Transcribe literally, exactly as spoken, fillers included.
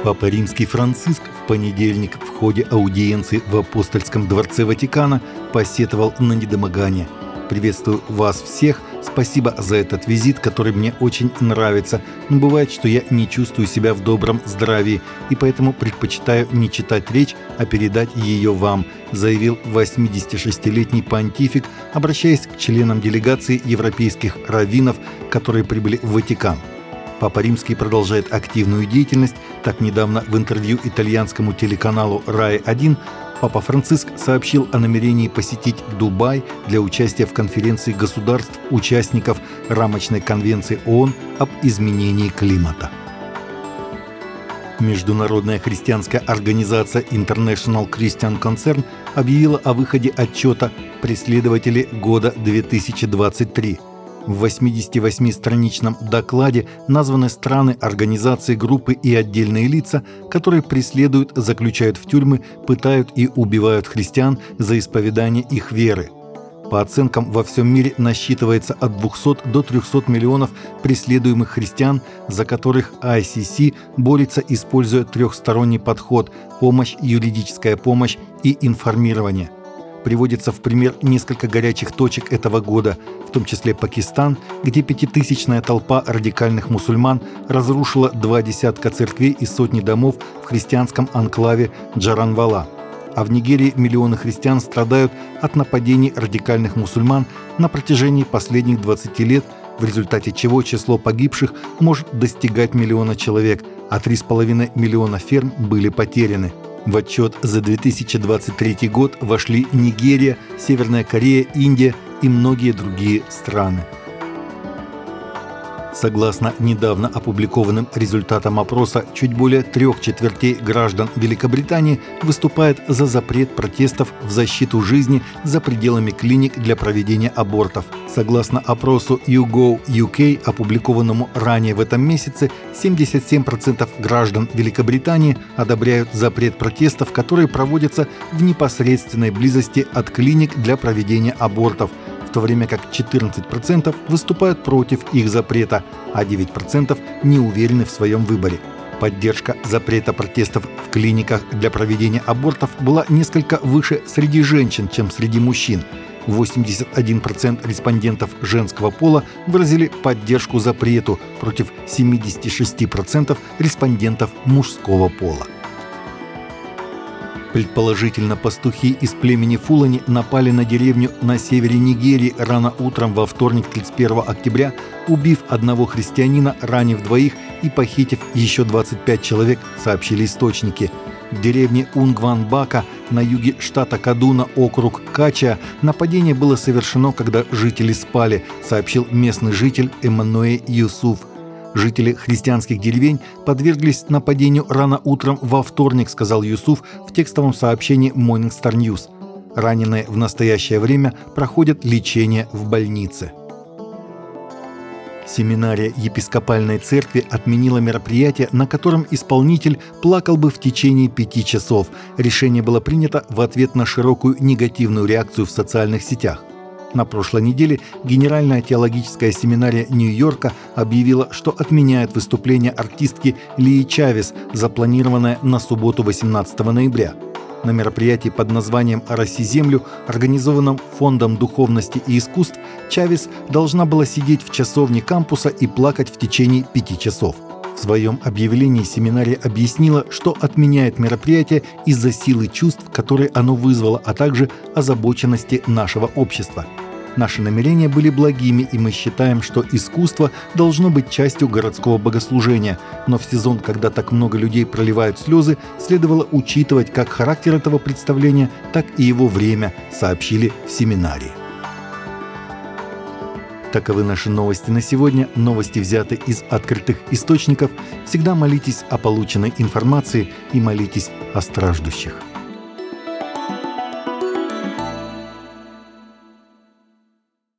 Папа Римский Франциск в понедельник в ходе аудиенции в Апостольском дворце Ватикана посетовал на недомогание. «Приветствую вас всех. Спасибо за этот визит, который мне очень нравится. Но бывает, что я не чувствую себя в добром здравии, и поэтому предпочитаю не читать речь, а передать ее вам», заявил восьмидесятишестилетний понтифик, обращаясь к членам делегации европейских раввинов, которые прибыли в Ватикан. Папа Римский продолжает активную деятельность. Так, недавно в интервью итальянскому телеканалу рай один Папа Франциск сообщил о намерении посетить Дубай для участия в конференции государств-участников рамочной конвенции ООН об изменении климата. Международная христианская организация International Christian Concern объявила о выходе отчета «Преследователи года две тысячи двадцать три». В восьмидесятивосьмистраничном докладе названы страны, организации, группы и отдельные лица, которые преследуют, заключают в тюрьмы, пытают и убивают христиан за исповедание их веры. По оценкам, во всем мире насчитывается от двухсот до трехсот миллионов преследуемых христиан, за которых ай си си борется, используя трехсторонний подход – помощь, юридическая помощь и информирование. Приводится в пример несколько горячих точек этого года, в том числе Пакистан, где пятитысячная толпа радикальных мусульман разрушила два десятка церквей и сотни домов в христианском анклаве Джаранвала. А в Нигерии миллионы христиан страдают от нападений радикальных мусульман на протяжении последних двадцати лет, в результате чего число погибших может достигать миллиона человек, а три с половиной миллиона ферм были потеряны. В отчет за две тысячи двадцать третий год вошли Нигерия, Северная Корея, Индия и многие другие страны. Согласно недавно опубликованным результатам опроса, чуть более трех четвертей граждан Великобритании выступает за запрет протестов в защиту жизни за пределами клиник для проведения абортов. Согласно опросу YouGov ю кей, опубликованному ранее в этом месяце, семьдесят семь процентов граждан Великобритании одобряют запрет протестов, которые проводятся в непосредственной близости от клиник для проведения абортов, в то время как четырнадцать процентов выступают против их запрета, а девять процентов не уверены в своем выборе. Поддержка запрета протестов в клиниках для проведения абортов была несколько выше среди женщин, чем среди мужчин. восемьдесят один процент респондентов женского пола выразили поддержку запрету против семьдесят шесть процентов респондентов мужского пола. Предположительно, пастухи из племени Фулани напали на деревню на севере Нигерии рано утром во вторник, тридцать первого октября, убив одного христианина, ранив двоих и похитив еще двадцать пять человек, сообщили источники. В деревне Унгван-Бака на юге штата Кадуна, округ Кача, нападение было совершено, когда жители спали, сообщил местный житель Эммануэль Юсуф. Жители христианских деревень подверглись нападению рано утром во вторник, сказал Юсуф в текстовом сообщении Morning Star News. Раненые в настоящее время проходят лечение в больнице. Семинария епископальной церкви отменила мероприятие, на котором исполнитель плакал бы в течение пяти часов. Решение было принято в ответ на широкую негативную реакцию в социальных сетях. На прошлой неделе Генеральная теологическая семинария Нью-Йорка объявила, что отменяет выступление артистки Лии Чавес, запланированное на субботу восемнадцатого ноября. На мероприятии под названием «Ороси землю», организованном Фондом духовности и искусств, Чавес должна была сидеть в часовне кампуса и плакать в течение пяти часов. В своем объявлении семинария объяснила, что отменяет мероприятие из-за силы чувств, которые оно вызвало, а также озабоченности нашего общества. Наши намерения были благими, и мы считаем, что искусство должно быть частью городского богослужения. Но в сезон, когда так много людей проливают слезы, следовало учитывать как характер этого представления, так и его время, сообщили в семинарии. Таковы наши новости на сегодня. Новости взяты из открытых источников. Всегда молитесь о полученной информации и молитесь о страждущих.